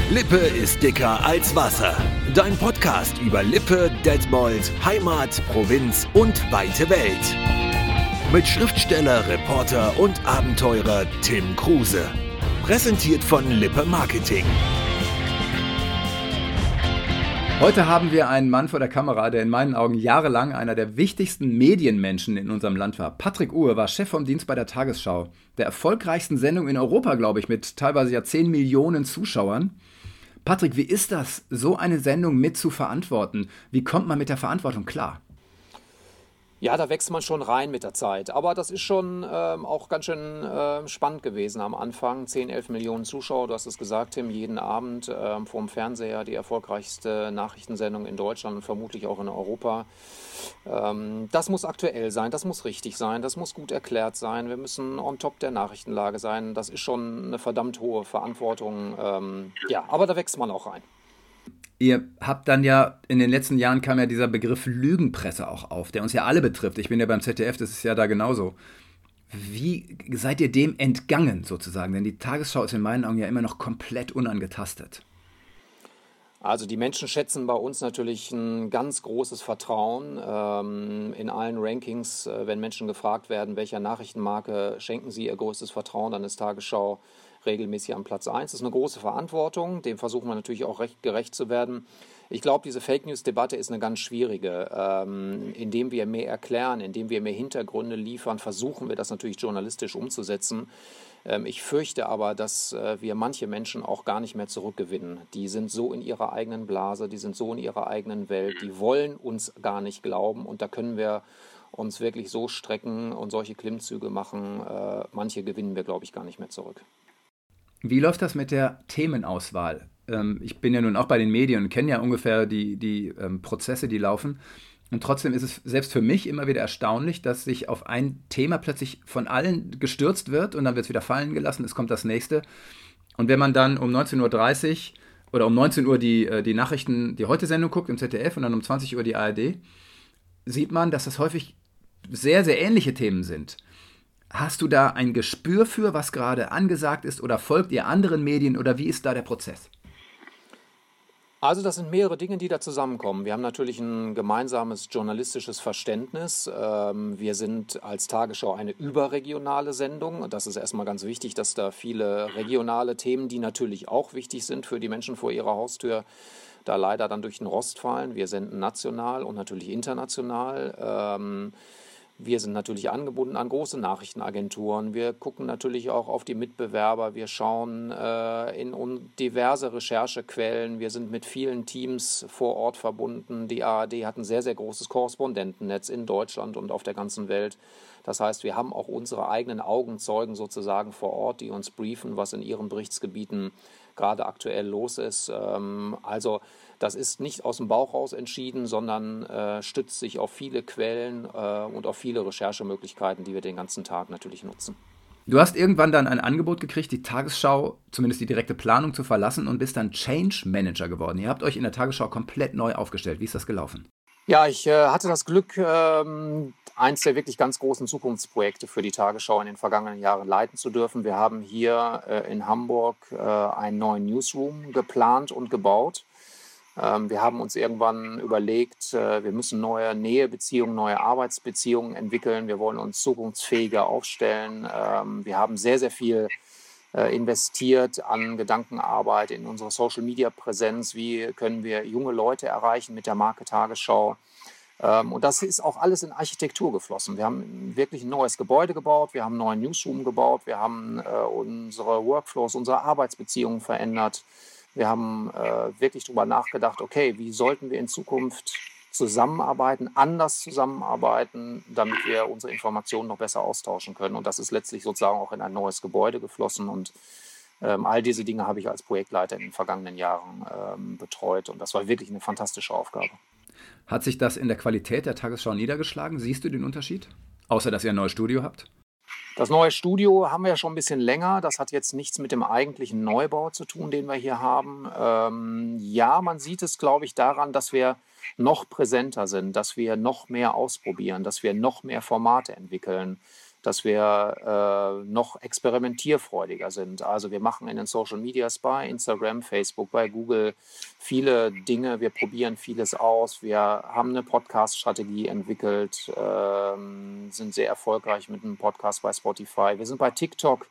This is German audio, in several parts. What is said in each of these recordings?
Lippe ist dicker als Wasser. Dein Podcast über Lippe, Detmold, Heimat, Provinz und weite Welt. Mit Schriftsteller, Reporter und Abenteurer Tim Kruse. Präsentiert von Lippe Marketing. Heute haben wir einen Mann vor der Kamera, der in meinen Augen jahrelang einer der wichtigsten Medienmenschen in unserem Land war. Patrick Uhe war Chef vom Dienst bei der Tagesschau. Der erfolgreichsten Sendung in Europa, glaube ich, mit teilweise ja 10 Millionen Zuschauern. Patrick, wie ist das, so eine Sendung mit zu verantworten? Wie kommt man mit der Verantwortung klar? Ja, da wächst man schon rein mit der Zeit. Aber das ist schon auch ganz schön spannend gewesen am Anfang. 10, 11 Millionen Zuschauer, du hast es gesagt, Tim, jeden Abend vorm Fernseher, die erfolgreichste Nachrichtensendung in Deutschland und vermutlich auch in Europa. Das muss aktuell sein, das muss richtig sein, das muss gut erklärt sein. Wir müssen on top der Nachrichtenlage sein. Das ist schon eine verdammt hohe Verantwortung. Ja, aber da wächst man auch rein. Ihr habt dann ja, in den letzten Jahren kam ja dieser Begriff Lügenpresse auch auf, der uns ja alle betrifft. Ich bin ja beim ZDF, das ist ja da genauso. Wie seid ihr dem entgangen sozusagen? Denn die Tagesschau ist in meinen Augen ja immer noch komplett unangetastet. Also die Menschen schätzen bei uns natürlich ein ganz großes Vertrauen. In allen Rankings, wenn Menschen gefragt werden, welcher Nachrichtenmarke schenken sie ihr größtes Vertrauen, dann ist Tagesschau regelmäßig am Platz 1. Das ist eine große Verantwortung, dem versuchen wir natürlich auch recht gerecht zu werden. Ich glaube, diese Fake-News-Debatte ist eine ganz schwierige. Indem wir mehr erklären, indem wir mehr Hintergründe liefern, versuchen wir das natürlich journalistisch umzusetzen. Ich fürchte aber, dass wir manche Menschen auch gar nicht mehr zurückgewinnen. Die sind so in ihrer eigenen Blase, die sind so in ihrer eigenen Welt, die wollen uns gar nicht glauben und da können wir uns wirklich so strecken und solche Klimmzüge machen. Manche gewinnen wir, glaube ich, gar nicht mehr zurück. Wie läuft das mit der Themenauswahl? Ich bin ja nun auch bei den Medien und kenne ja ungefähr die Prozesse, die laufen. Und trotzdem ist es selbst für mich immer wieder erstaunlich, dass sich auf ein Thema plötzlich von allen gestürzt wird und dann wird es wieder fallen gelassen, es kommt das nächste. Und wenn man dann um 19.30 Uhr oder um 19 Uhr die Nachrichten, die Heute-Sendung guckt im ZDF und dann um 20 Uhr die ARD, sieht man, dass das häufig sehr, sehr ähnliche Themen sind. Hast du da ein Gespür für, was gerade angesagt ist oder folgt ihr anderen Medien oder wie ist da der Prozess? Also das sind mehrere Dinge, die da zusammenkommen. Wir haben natürlich ein gemeinsames journalistisches Verständnis. Wir sind als Tagesschau eine überregionale Sendung. Und das ist erstmal ganz wichtig, dass da viele regionale Themen, die natürlich auch wichtig sind für die Menschen vor ihrer Haustür, da leider dann durch den Rost fallen. Wir senden national und natürlich international. Wir sind natürlich angebunden an große Nachrichtenagenturen. Wir gucken natürlich auch auf die Mitbewerber. Wir schauen in diverse Recherchequellen. Wir sind mit vielen Teams vor Ort verbunden. Die ARD hat ein sehr, sehr großes Korrespondentennetz in Deutschland und auf der ganzen Welt. Das heißt, wir haben auch unsere eigenen Augenzeugen sozusagen vor Ort, die uns briefen, was in ihren Berichtsgebieten gerade aktuell los ist. Also das ist nicht aus dem Bauch raus entschieden, sondern stützt sich auf viele Quellen und auf viele Recherchemöglichkeiten, die wir den ganzen Tag natürlich nutzen. Du hast irgendwann dann ein Angebot gekriegt, die Tagesschau, zumindest die direkte Planung zu verlassen und bist dann Change Manager geworden. Ihr habt euch in der Tagesschau komplett neu aufgestellt. Wie ist das gelaufen? Ja, ich hatte das Glück, eins der wirklich ganz großen Zukunftsprojekte für die Tagesschau in den vergangenen Jahren leiten zu dürfen. Wir haben hier in Hamburg einen neuen Newsroom geplant und gebaut. Wir haben uns irgendwann überlegt, wir müssen neue Nähebeziehungen, neue Arbeitsbeziehungen entwickeln. Wir wollen uns zukunftsfähiger aufstellen. Wir haben sehr, sehr viel investiert an Gedankenarbeit in unsere Social-Media-Präsenz. Wie können wir junge Leute erreichen mit der Marke Tagesschau? Und das ist auch alles in Architektur geflossen. Wir haben wirklich ein neues Gebäude gebaut, wir haben einen neuen Newsroom gebaut, wir haben unsere Workflows, unsere Arbeitsbeziehungen verändert. Wir haben wirklich darüber nachgedacht, okay, wie sollten wir in Zukunft zusammenarbeiten, anders zusammenarbeiten, damit wir unsere Informationen noch besser austauschen können. Und das ist letztlich sozusagen auch in ein neues Gebäude geflossen. Und all diese Dinge habe ich als Projektleiter in den vergangenen Jahren betreut. Und das war wirklich eine fantastische Aufgabe. Hat sich das in der Qualität der Tagesschau niedergeschlagen? Siehst du den Unterschied? Außer, dass ihr ein neues Studio habt? Das neue Studio haben wir ja schon ein bisschen länger. Das hat jetzt nichts mit dem eigentlichen Neubau zu tun, den wir hier haben. Ja, man sieht es, glaube ich, daran, dass wir noch präsenter sind, dass wir noch mehr ausprobieren, dass wir noch mehr Formate entwickeln. dass wir noch experimentierfreudiger sind. Also wir machen in den Social Medias bei Instagram, Facebook, bei Google viele Dinge. Wir probieren vieles aus. Wir haben eine Podcast-Strategie entwickelt, sind sehr erfolgreich mit einem Podcast bei Spotify. Wir sind bei TikTok,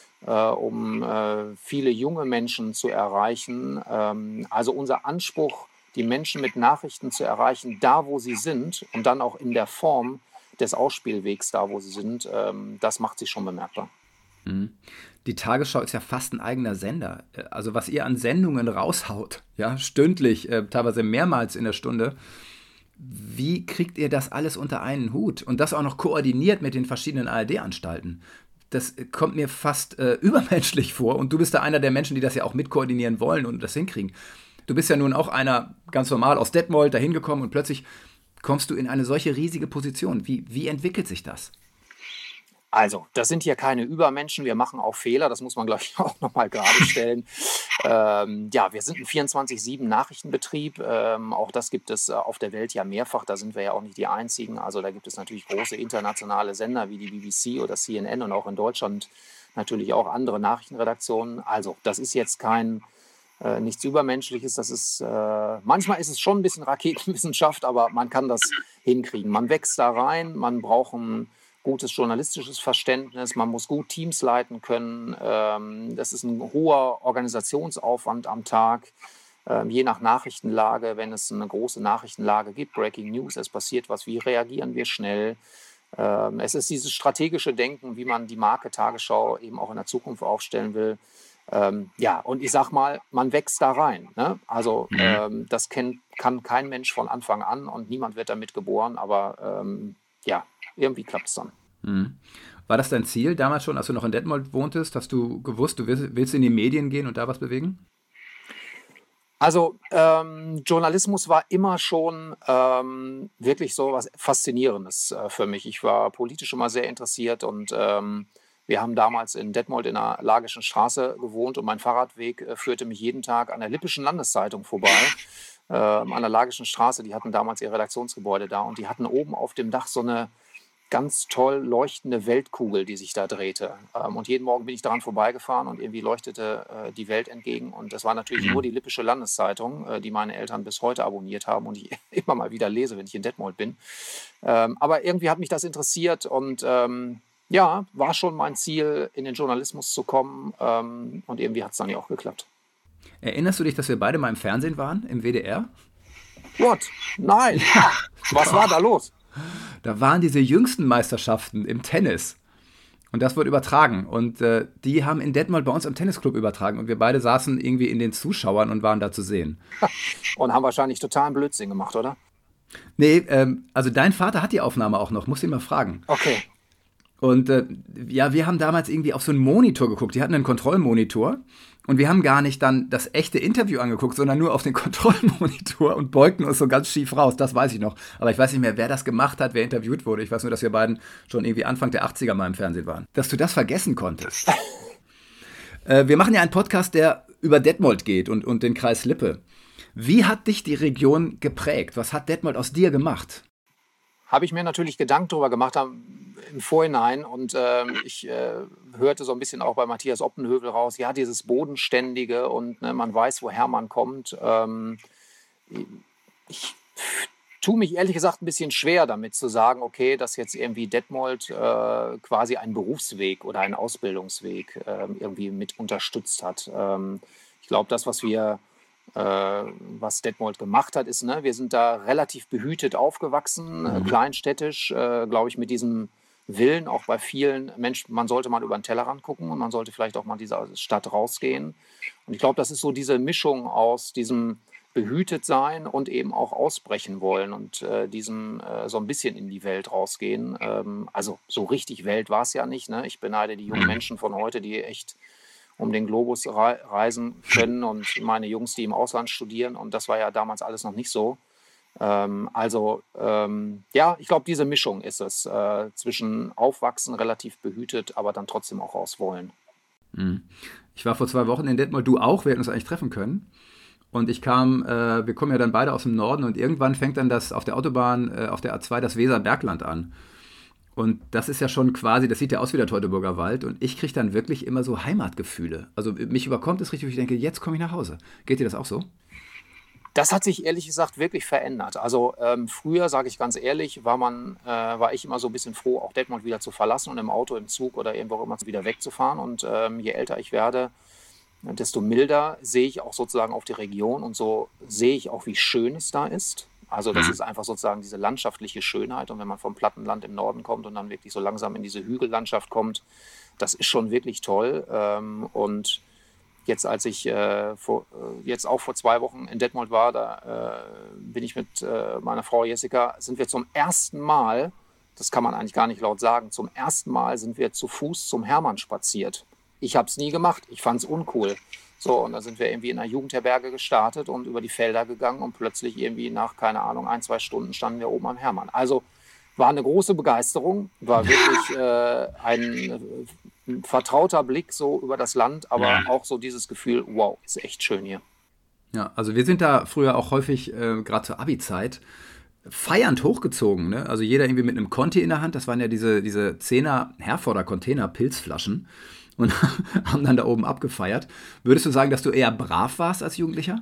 um viele junge Menschen zu erreichen. Also unser Anspruch, die Menschen mit Nachrichten zu erreichen, da wo sie sind und dann auch in der Form des Ausspielwegs da, wo sie sind, das macht sich schon bemerkbar. Die Tagesschau ist ja fast ein eigener Sender. Also was ihr an Sendungen raushaut, ja, stündlich, teilweise mehrmals in der Stunde, wie kriegt ihr das alles unter einen Hut? Und das auch noch koordiniert mit den verschiedenen ARD-Anstalten. Das kommt mir fast übermenschlich vor. Und du bist da einer der Menschen, die das ja auch mitkoordinieren wollen und das hinkriegen. Du bist ja nun auch einer ganz normal aus Detmold dahin gekommen und plötzlich kommst du in eine solche riesige Position. Wie entwickelt sich das? Also, das sind hier keine Übermenschen. Wir machen auch Fehler. Das muss man, glaube ich, auch nochmal gerade stellen. Wir sind ein 24/7 Nachrichtenbetrieb. Auch das gibt es auf der Welt ja mehrfach. Da sind wir ja auch nicht die Einzigen. Also da gibt es natürlich große internationale Sender wie die BBC oder CNN und auch in Deutschland natürlich auch andere Nachrichtenredaktionen. Also, das ist jetzt nichts Übermenschliches, das ist, manchmal ist es schon ein bisschen Raketenwissenschaft, aber man kann das hinkriegen. Man wächst da rein, man braucht ein gutes journalistisches Verständnis, man muss gut Teams leiten können. Das ist ein hoher Organisationsaufwand am Tag, je nach Nachrichtenlage. Wenn es eine große Nachrichtenlage gibt, Breaking News, es passiert was, wie reagieren wir schnell? Es ist dieses strategische Denken, wie man die Marke Tagesschau eben auch in der Zukunft aufstellen will. Und ich sag mal, man wächst da rein. Ne? Also das kann kein Mensch von Anfang an und niemand wird damit geboren, aber irgendwie klappt es dann. War das dein Ziel damals schon, als du noch in Detmold wohntest? Hast du gewusst, du willst in die Medien gehen und da was bewegen? Also Journalismus war immer schon wirklich so was Faszinierendes für mich. Ich war politisch immer sehr interessiert und wir haben damals in Detmold in der Lagerschen Straße gewohnt und mein Fahrradweg führte mich jeden Tag an der Lippischen Landeszeitung vorbei, an der Lagerschen Straße. Die hatten damals ihr Redaktionsgebäude da und die hatten oben auf dem Dach so eine ganz toll leuchtende Weltkugel, die sich da drehte. Und jeden Morgen bin ich daran vorbeigefahren und irgendwie leuchtete die Welt entgegen. Und das war natürlich nur die Lippische Landeszeitung, die meine Eltern bis heute abonniert haben und ich immer mal wieder lese, wenn ich in Detmold bin. Aber irgendwie hat mich das interessiert und war schon mein Ziel, in den Journalismus zu kommen und irgendwie hat es dann ja auch geklappt. Erinnerst du dich, dass wir beide mal im Fernsehen waren, im WDR? What? Nein! Was war da los? Da waren diese jüngsten Meisterschaften im Tennis und das wird übertragen und die haben in Detmold bei uns im Tennisclub übertragen und wir beide saßen irgendwie in den Zuschauern und waren da zu sehen. Und haben wahrscheinlich totalen Blödsinn gemacht, oder? Nee, also dein Vater hat die Aufnahme auch noch, musst du ihn mal fragen. Okay. Und wir haben damals irgendwie auf so einen Monitor geguckt. Die hatten einen Kontrollmonitor und wir haben gar nicht dann das echte Interview angeguckt, sondern nur auf den Kontrollmonitor und beugten uns so ganz schief raus. Das weiß ich noch. Aber ich weiß nicht mehr, wer das gemacht hat, wer interviewt wurde. Ich weiß nur, dass wir beiden schon irgendwie Anfang der 80er mal im Fernsehen waren. Dass du das vergessen konntest. Wir machen ja einen Podcast, der über Detmold geht und den Kreis Lippe. Wie hat dich die Region geprägt? Was hat Detmold aus dir gemacht? Habe ich mir natürlich Gedanken darüber gemacht im Vorhinein und ich hörte so ein bisschen auch bei Matthias Oppenhövel raus, ja, dieses Bodenständige und man weiß, woher man kommt. Ich tue mich ehrlich gesagt ein bisschen schwer damit zu sagen, okay, dass jetzt irgendwie Detmold quasi einen Berufsweg oder einen Ausbildungsweg irgendwie mit unterstützt hat. Ich glaube, das, was Detmold gemacht hat, ist, wir sind da relativ behütet aufgewachsen, kleinstädtisch, glaube ich, mit diesem Willen auch bei vielen Menschen, man sollte mal über den Tellerrand gucken und man sollte vielleicht auch mal dieser Stadt rausgehen. Und ich glaube, das ist so diese Mischung aus diesem behütet sein und eben auch ausbrechen wollen und diesem so ein bisschen in die Welt rausgehen. Also so richtig Welt war es ja nicht. Ne? Ich beneide die jungen Menschen von heute, die echt um den Globus reisen können und meine Jungs, die im Ausland studieren und das war ja damals alles noch nicht so. Ich glaube, diese Mischung ist es zwischen Aufwachsen, relativ behütet, aber dann trotzdem auch aus Wollen. Ich war vor 2 Wochen in Detmold, du auch, wir hätten uns eigentlich treffen können. Und wir kommen ja dann beide aus dem Norden und irgendwann fängt dann das auf der Autobahn, auf der A2 das Weserbergland an. Und das ist ja schon quasi, das sieht ja aus wie der Teutoburger Wald und ich kriege dann wirklich immer so Heimatgefühle. Also mich überkommt es richtig, wo ich denke, jetzt komme ich nach Hause. Geht dir das auch so? Das hat sich ehrlich gesagt wirklich verändert. Also früher, sage ich ganz ehrlich, war ich immer so ein bisschen froh, auch Detmold wieder zu verlassen und im Auto, im Zug oder irgendwo auch immer wieder wegzufahren. Und je älter ich werde, desto milder sehe ich auch sozusagen auf die Region und so sehe ich auch, wie schön es da ist. Also das ist einfach sozusagen diese landschaftliche Schönheit. Und wenn man vom Plattenland im Norden kommt und dann wirklich so langsam in diese Hügellandschaft kommt, das ist schon wirklich toll. Und jetzt, als ich jetzt auch vor 2 Wochen in Detmold war, da bin ich mit meiner Frau Jessica, sind wir zum ersten Mal, das kann man eigentlich gar nicht laut sagen, zum ersten Mal sind wir zu Fuß zum Hermann spaziert. Ich habe es nie gemacht, ich fand es uncool. So, und da sind wir irgendwie in einer Jugendherberge gestartet und über die Felder gegangen und plötzlich irgendwie nach, keine Ahnung, 1-2 Stunden standen wir oben am Hermann. Also war eine große Begeisterung, war wirklich ein vertrauter Blick so über das Land, aber auch so dieses Gefühl, wow, ist echt schön hier. Ja, also wir sind da früher auch häufig, gerade zur Abi-Zeit, feiernd hochgezogen. Ne? Also jeder irgendwie mit einem Conti in der Hand, das waren ja diese 10er Herforder Container Pilzflaschen und haben dann da oben abgefeiert. Würdest du sagen, dass du eher brav warst als Jugendlicher?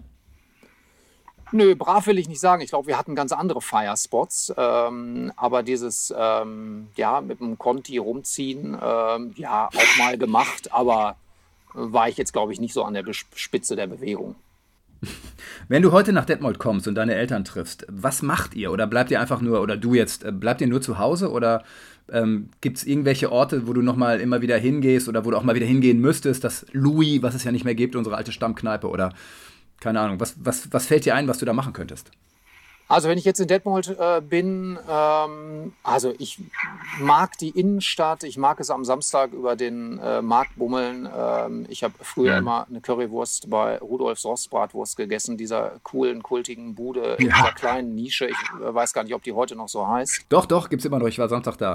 Nö, brav will ich nicht sagen. Ich glaube, wir hatten ganz andere Feierspots. Aber dieses, mit dem Conti rumziehen, auch mal gemacht. Aber war ich jetzt, glaube ich, nicht so an der Spitze der Bewegung. Wenn du heute nach Detmold kommst und deine Eltern triffst, was macht ihr? Oder bleibt ihr einfach nur, oder du jetzt, bleibt ihr nur zu Hause? Oder gibt es irgendwelche Orte, wo du nochmal immer wieder hingehst oder wo du auch mal wieder hingehen müsstest? Das Louis, was es ja nicht mehr gibt, unsere alte Stammkneipe oder keine Ahnung. Was fällt dir ein, was du da machen könntest? Also wenn ich jetzt in Detmold bin, also ich mag die Innenstadt, ich mag es am Samstag über den Markt bummeln. Ich habe früher immer eine Currywurst bei Rudolfs Rostbratwurst gegessen, dieser coolen, kultigen Bude in dieser kleinen Nische. Ich weiß gar nicht, ob die heute noch so heißt. Doch, gibt's immer noch. Ich war Samstag da.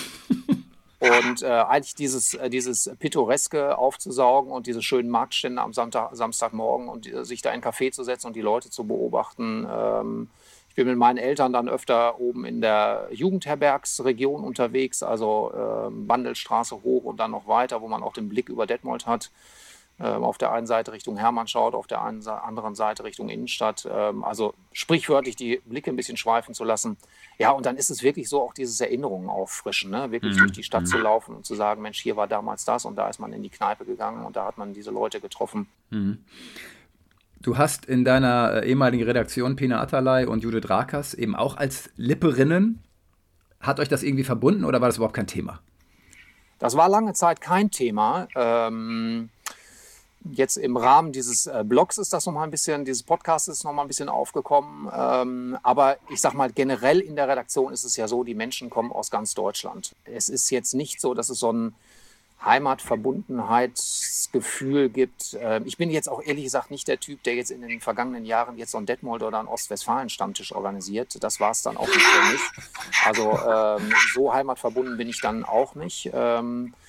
Und eigentlich dieses Pittoreske aufzusaugen und diese schönen Marktstände am Samstagmorgen und sich da in einen Café zu setzen und die Leute zu beobachten. Ich bin mit meinen Eltern dann öfter oben in der Jugendherbergsregion unterwegs, also Bandelstraße hoch und dann noch weiter, wo man auch den Blick über Detmold hat. Auf der einen Seite Richtung Hermann schaut, auf der anderen Seite Richtung Innenstadt. Also sprichwörtlich die Blicke ein bisschen schweifen zu lassen. Ja, und dann ist es wirklich so, auch dieses Erinnerungen auffrischen, ne? Wirklich durch die Stadt zu laufen und zu sagen, Mensch, hier war damals das und da ist man in die Kneipe gegangen und da hat man diese Leute getroffen. Du hast in deiner ehemaligen Redaktion Pina Atalay und Judith Rakers eben auch als Lipperinnen. Hat euch das irgendwie verbunden oder war das überhaupt kein Thema? Das war lange Zeit kein Thema. Jetzt im Rahmen dieses Blogs ist das nochmal ein bisschen, dieses Podcasts ist nochmal ein bisschen aufgekommen. Aber ich sag mal, generell in der Redaktion ist es ja so, die Menschen kommen aus ganz Deutschland. Es ist jetzt nicht so, dass es so ein Heimatverbundenheitsgefühl gibt. Ich bin jetzt auch ehrlich gesagt nicht der Typ, der jetzt in den vergangenen Jahren jetzt so einen Detmold oder einen Ostwestfalen-Stammtisch organisiert. Das war es dann auch nicht für mich. Also so heimatverbunden bin ich dann auch nicht. Da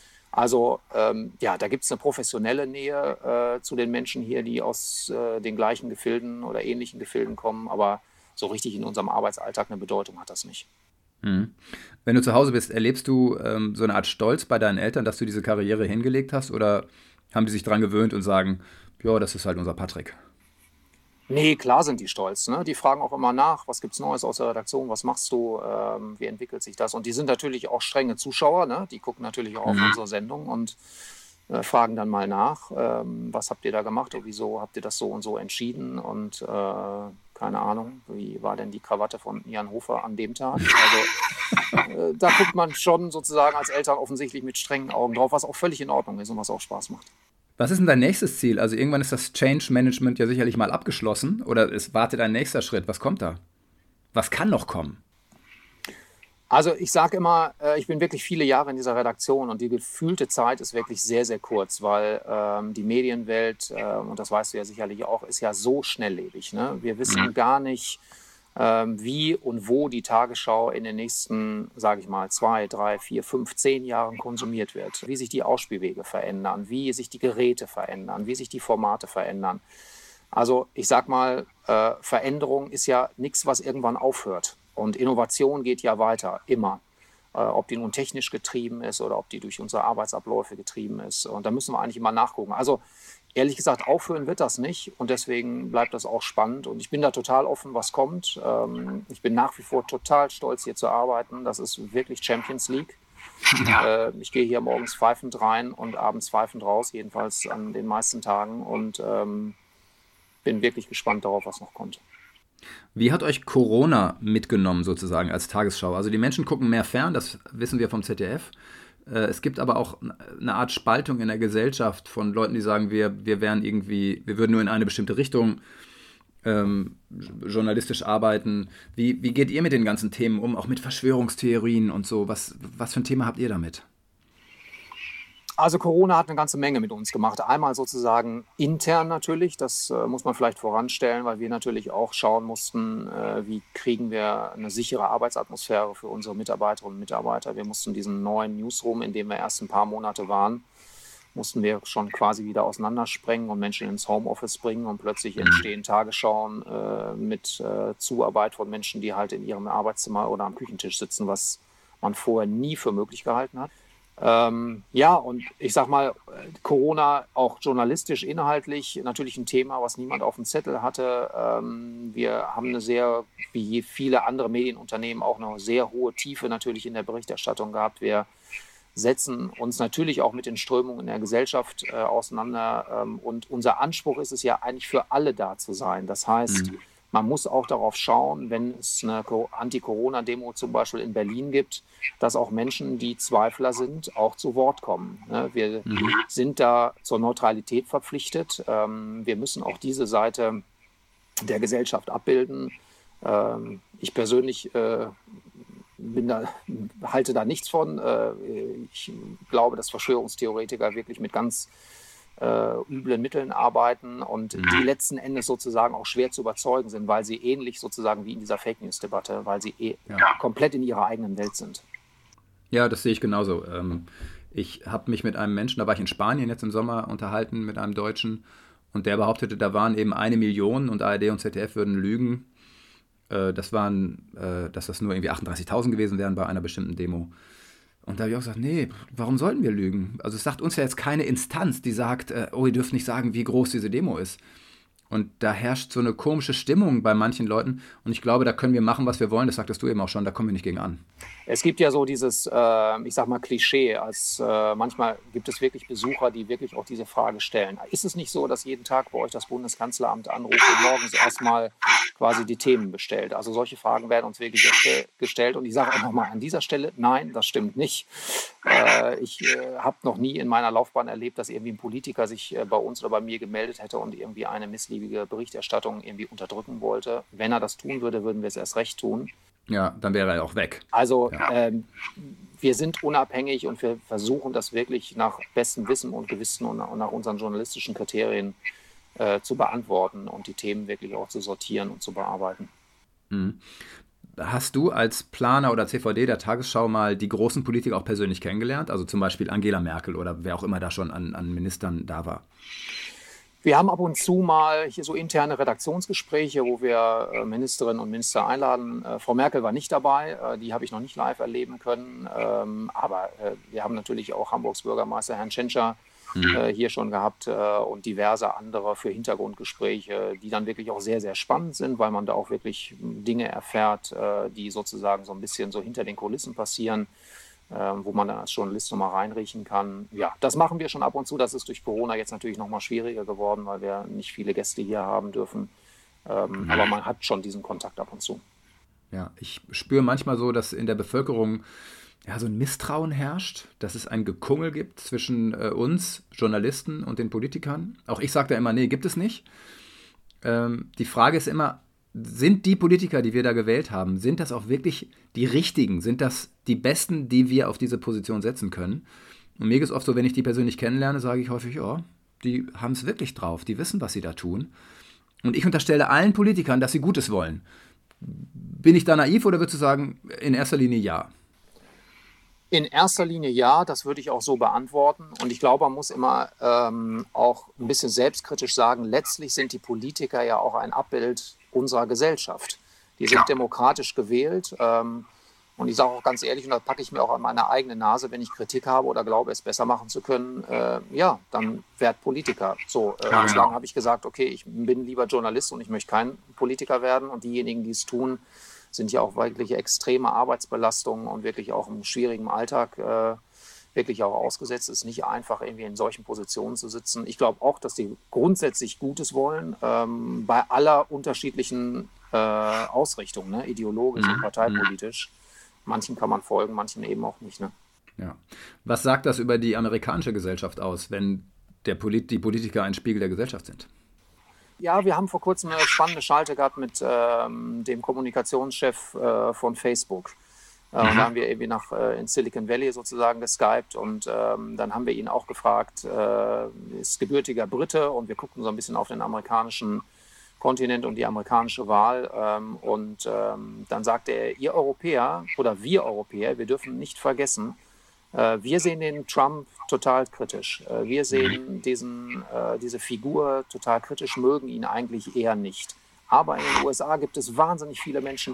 gibt es eine professionelle Nähe zu den Menschen hier, die aus den gleichen Gefilden oder ähnlichen Gefilden kommen. Aber so richtig in unserem Arbeitsalltag eine Bedeutung hat das nicht. Wenn du zu Hause bist, erlebst du so eine Art Stolz bei deinen Eltern, dass du diese Karriere hingelegt hast? Oder haben die sich dran gewöhnt und sagen, ja, das ist halt unser Patrick? Nee, klar sind die stolz. Ne? Die fragen auch immer nach, was gibt's Neues aus der Redaktion, was machst du, wie entwickelt sich das? Und die sind natürlich auch strenge Zuschauer, ne? Die gucken natürlich auch auf unsere Sendung und fragen dann mal nach, was habt ihr da gemacht und wieso habt ihr das so und so entschieden und keine Ahnung, wie war denn die Krawatte von Jan Hofer an dem Tag? Also da guckt man schon sozusagen als Eltern offensichtlich mit strengen Augen drauf, was auch völlig in Ordnung ist und was auch Spaß macht. Was ist denn dein nächstes Ziel? Also irgendwann ist das Change Management ja sicherlich mal abgeschlossen oder es wartet ein nächster Schritt. Was kommt da? Was kann noch kommen? Also ich sage immer, ich bin wirklich viele Jahre in dieser Redaktion und die gefühlte Zeit ist wirklich sehr, sehr kurz, weil die Medienwelt, und das weißt du ja sicherlich auch, ist ja so schnelllebig. Ne? Wir wissen gar nicht, wie und wo die Tagesschau in den nächsten, sage ich mal, 2, 3, 4, 5, 10 Jahren konsumiert wird. Wie sich die Ausspielwege verändern, wie sich die Geräte verändern, wie sich die Formate verändern. Also ich sag mal, Veränderung ist ja nichts, was irgendwann aufhört. Und Innovation geht ja weiter, immer. ob die nun technisch getrieben ist oder ob die durch unsere Arbeitsabläufe getrieben ist. Und da müssen wir eigentlich immer nachgucken. Also ehrlich gesagt, aufhören wird das nicht und deswegen bleibt das auch spannend. Und ich bin da total offen, was kommt. Ich bin nach wie vor total stolz, hier zu arbeiten. Das ist wirklich Champions League. Ja. Ich gehe hier morgens pfeifend rein und abends pfeifend raus, jedenfalls an den meisten Tagen. Und bin wirklich gespannt darauf, was noch kommt. Wie hat euch Corona mitgenommen sozusagen als Tagesschau? Also die Menschen gucken mehr fern, das wissen wir vom ZDF. Es gibt aber auch eine Art Spaltung in der Gesellschaft von Leuten, die sagen, wir würden nur in eine bestimmte Richtung journalistisch arbeiten. Wie geht ihr mit den ganzen Themen um, auch mit Verschwörungstheorien und so? Was für ein Thema habt ihr damit? Also Corona hat eine ganze Menge mit uns gemacht. Einmal sozusagen intern natürlich, das muss man vielleicht voranstellen, weil wir natürlich auch schauen mussten, wie kriegen wir eine sichere Arbeitsatmosphäre für unsere Mitarbeiterinnen und Mitarbeiter. Wir mussten diesen neuen Newsroom, in dem wir erst ein paar Monate waren, mussten wir schon quasi wieder auseinandersprengen und Menschen ins Homeoffice bringen und plötzlich entstehen Tagesschauen mit Zuarbeit von Menschen, die halt in ihrem Arbeitszimmer oder am Küchentisch sitzen, was man vorher nie für möglich gehalten hat. Ja, und ich sag mal, Corona auch journalistisch, inhaltlich natürlich ein Thema, was niemand auf dem Zettel hatte. Wir haben eine sehr, wie viele andere Medienunternehmen, auch eine sehr hohe Tiefe natürlich in der Berichterstattung gehabt. Wir setzen uns natürlich auch mit den Strömungen in der Gesellschaft auseinander. Und unser Anspruch ist es ja eigentlich für alle da zu sein. Das heißt, man muss auch darauf schauen, wenn es eine Anti-Corona-Demo zum Beispiel in Berlin gibt, dass auch Menschen, die Zweifler sind, auch zu Wort kommen. Wir sind da zur Neutralität verpflichtet. Wir müssen auch diese Seite der Gesellschaft abbilden. Ich persönlich halte da nichts von. Ich glaube, dass Verschwörungstheoretiker wirklich mit ganz üblen Mitteln arbeiten und die letzten Endes sozusagen auch schwer zu überzeugen sind, weil sie ähnlich sozusagen wie in dieser Fake-News-Debatte, weil sie komplett in ihrer eigenen Welt sind. Ja, das sehe ich genauso. Ich habe mich mit einem Menschen, da war ich in Spanien jetzt im Sommer, unterhalten mit einem Deutschen und der behauptete, da waren eben 1 Million und ARD und ZDF würden lügen, dass das nur irgendwie 38.000 gewesen wären bei einer bestimmten Demo. Und da habe ich auch gesagt, nee, warum sollten wir lügen? Also es sagt uns ja jetzt keine Instanz, die sagt, ihr dürft nicht sagen, wie groß diese Demo ist. Und da herrscht so eine komische Stimmung bei manchen Leuten. Und ich glaube, da können wir machen, was wir wollen. Das sagtest du eben auch schon, da kommen wir nicht gegen an. Es gibt ja so dieses, ich sag mal, Klischee. Manchmal gibt es wirklich Besucher, die wirklich auch diese Frage stellen. Ist es nicht so, dass jeden Tag bei euch das Bundeskanzleramt anruft und morgens erstmal quasi die Themen bestellt? Also solche Fragen werden uns wirklich gestellt. Und ich sage auch nochmal an dieser Stelle, nein, das stimmt nicht. Ich habe noch nie in meiner Laufbahn erlebt, dass irgendwie ein Politiker sich bei uns oder bei mir gemeldet hätte und irgendwie eine missliebige Berichterstattung irgendwie unterdrücken wollte. Wenn er das tun würde, würden wir es erst recht tun. Ja, dann wäre er auch weg. Also wir sind unabhängig und wir versuchen das wirklich nach bestem Wissen und Gewissen und nach unseren journalistischen Kriterien zu beantworten und die Themen wirklich auch zu sortieren und zu bearbeiten. Hast du als Planer oder CVD der Tagesschau mal die großen Politiker auch persönlich kennengelernt? Also zum Beispiel Angela Merkel oder wer auch immer da schon an Ministern da war? Wir haben ab und zu mal hier so interne Redaktionsgespräche, wo wir Ministerinnen und Minister einladen. Frau Merkel war nicht dabei, die habe ich noch nicht live erleben können. Aber wir haben natürlich auch Hamburgs Bürgermeister Herrn Tschentscher hier schon gehabt und diverse andere für Hintergrundgespräche, die dann wirklich auch sehr, sehr spannend sind, weil man da auch wirklich Dinge erfährt, die sozusagen so ein bisschen so hinter den Kulissen passieren, wo man dann als Journalist nochmal reinriechen kann. Ja, das machen wir schon ab und zu. Das ist durch Corona jetzt natürlich nochmal schwieriger geworden, weil wir nicht viele Gäste hier haben dürfen. Aber man hat schon diesen Kontakt ab und zu. Ja, ich spüre manchmal so, dass in der Bevölkerung so ein Misstrauen herrscht, dass es ein Gekungel gibt zwischen uns Journalisten und den Politikern. Auch ich sage da immer, nee, gibt es nicht. Die Frage ist immer, sind die Politiker, die wir da gewählt haben, sind das auch wirklich die richtigen? Sind das die besten, die wir auf diese Position setzen können? Und mir geht es oft so, wenn ich die persönlich kennenlerne, sage ich häufig, die haben es wirklich drauf, die wissen, was sie da tun. Und ich unterstelle allen Politikern, dass sie Gutes wollen. Bin ich da naiv oder würdest du sagen, in erster Linie ja? In erster Linie ja, das würde ich auch so beantworten. Und ich glaube, man muss immer auch ein bisschen selbstkritisch sagen, letztlich sind die Politiker ja auch ein Abbild unserer Gesellschaft. Die sind demokratisch gewählt. Und ich sage auch ganz ehrlich, und das packe ich mir auch an meine eigene Nase, wenn ich Kritik habe oder glaube, es besser machen zu können, dann werd Politiker. Bislang habe ich gesagt, okay, ich bin lieber Journalist und ich möchte kein Politiker werden. Und diejenigen, die es tun, sind ja auch wirklich extreme Arbeitsbelastungen und wirklich auch im schwierigen Alltag wirklich auch ausgesetzt. Es ist nicht einfach, irgendwie in solchen Positionen zu sitzen. Ich glaube auch, dass die grundsätzlich Gutes wollen, bei aller unterschiedlichen Ausrichtung, ne? Ideologisch und parteipolitisch. Manchen kann man folgen, manchen eben auch nicht. Ne? Ja. Was sagt das über die amerikanische Gesellschaft aus, wenn die Politiker ein Spiegel der Gesellschaft sind? Ja, wir haben vor kurzem eine spannende Schalte gehabt mit dem Kommunikationschef von Facebook. Da haben wir irgendwie in Silicon Valley sozusagen geskypt und dann haben wir ihn auch gefragt, ist gebürtiger Brite und wir guckten so ein bisschen auf den amerikanischen Kontinent und die amerikanische Wahl dann sagte er, ihr Europäer oder wir Europäer, wir dürfen nicht vergessen, wir sehen den Trump total kritisch. Wir sehen diese Figur total kritisch, mögen ihn eigentlich eher nicht. Aber in den USA gibt es wahnsinnig viele Menschen,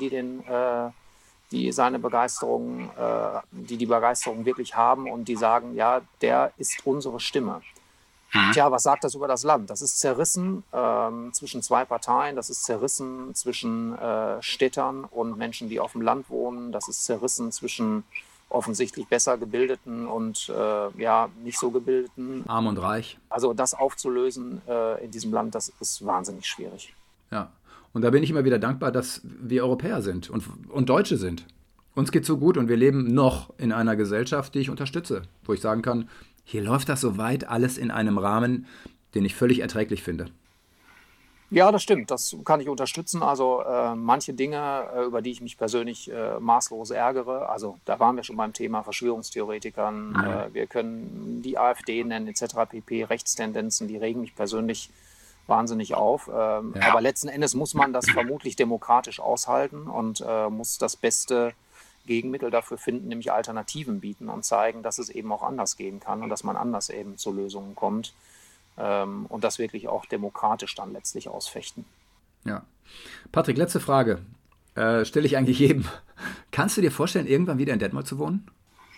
die seine Begeisterung, die Begeisterung wirklich haben und die sagen, ja, der ist unsere Stimme. Tja, was sagt das über das Land? Das ist zerrissen zwischen zwei Parteien, das ist zerrissen zwischen Städtern und Menschen, die auf dem Land wohnen, das ist zerrissen zwischen offensichtlich besser gebildeten und nicht so gebildeten. Arm und reich. Also das aufzulösen in diesem Land, das ist wahnsinnig schwierig. Ja, und da bin ich immer wieder dankbar, dass wir Europäer sind und Deutsche sind. Uns geht's so gut und wir leben noch in einer Gesellschaft, die ich unterstütze, wo ich sagen kann, hier läuft das soweit alles in einem Rahmen, den ich völlig erträglich finde. Ja, das stimmt. Das kann ich unterstützen. Also manche Dinge, über die ich mich persönlich maßlos ärgere, also da waren wir schon beim Thema Verschwörungstheoretikern, wir können die AfD nennen etc. pp. Rechtstendenzen, die regen mich persönlich wahnsinnig auf. Aber letzten Endes muss man das vermutlich demokratisch aushalten und muss das beste Gegenmittel dafür finden, nämlich Alternativen bieten und zeigen, dass es eben auch anders gehen kann und dass man anders eben zu Lösungen kommt und das wirklich auch demokratisch dann letztlich ausfechten. Ja. Patrick, letzte Frage. Stelle ich eigentlich jedem. Kannst du dir vorstellen, irgendwann wieder in Detmold zu wohnen?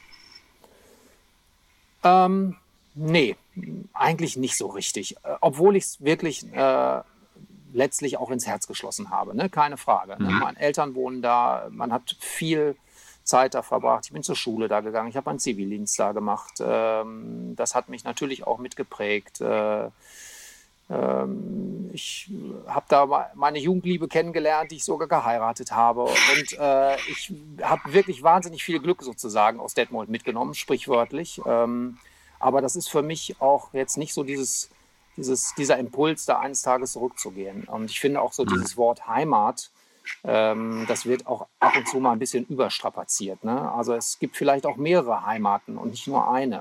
Nee, eigentlich nicht so richtig. Obwohl ich es wirklich letztlich auch ins Herz geschlossen habe, ne? Keine Frage. Ne? Meine Eltern wohnen da, man hat viel Zeit da verbracht. Ich bin zur Schule da gegangen, ich habe meinen Zivildienst da gemacht. Das hat mich natürlich auch mitgeprägt. Ich habe da meine Jugendliebe kennengelernt, die ich sogar geheiratet habe. Und ich habe wirklich wahnsinnig viel Glück sozusagen aus Detmold mitgenommen, sprichwörtlich. Aber das ist für mich auch jetzt nicht so dieser Impuls, da eines Tages zurückzugehen. Und ich finde auch so dieses Wort Heimat, das wird auch ab und zu mal ein bisschen überstrapaziert. Ne? Also es gibt vielleicht auch mehrere Heimaten und nicht nur eine.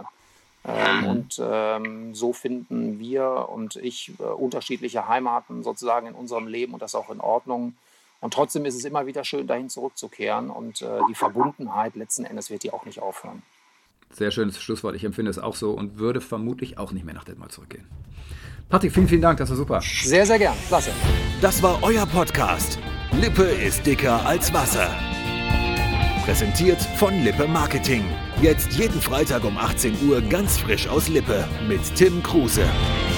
So finden wir und ich unterschiedliche Heimaten sozusagen in unserem Leben und das auch in Ordnung. Und trotzdem ist es immer wieder schön, dahin zurückzukehren und die Verbundenheit letzten Endes wird die auch nicht aufhören. Sehr schönes Schlusswort. Ich empfinde es auch so und würde vermutlich auch nicht mehr nach Detmold zurückgehen. Patrick, vielen, vielen Dank. Das war super. Sehr, sehr gern. Klasse. Das war euer Podcast. Lippe ist dicker als Wasser. Präsentiert von Lippe Marketing. Jetzt jeden Freitag um 18 Uhr ganz frisch aus Lippe mit Tim Kruse.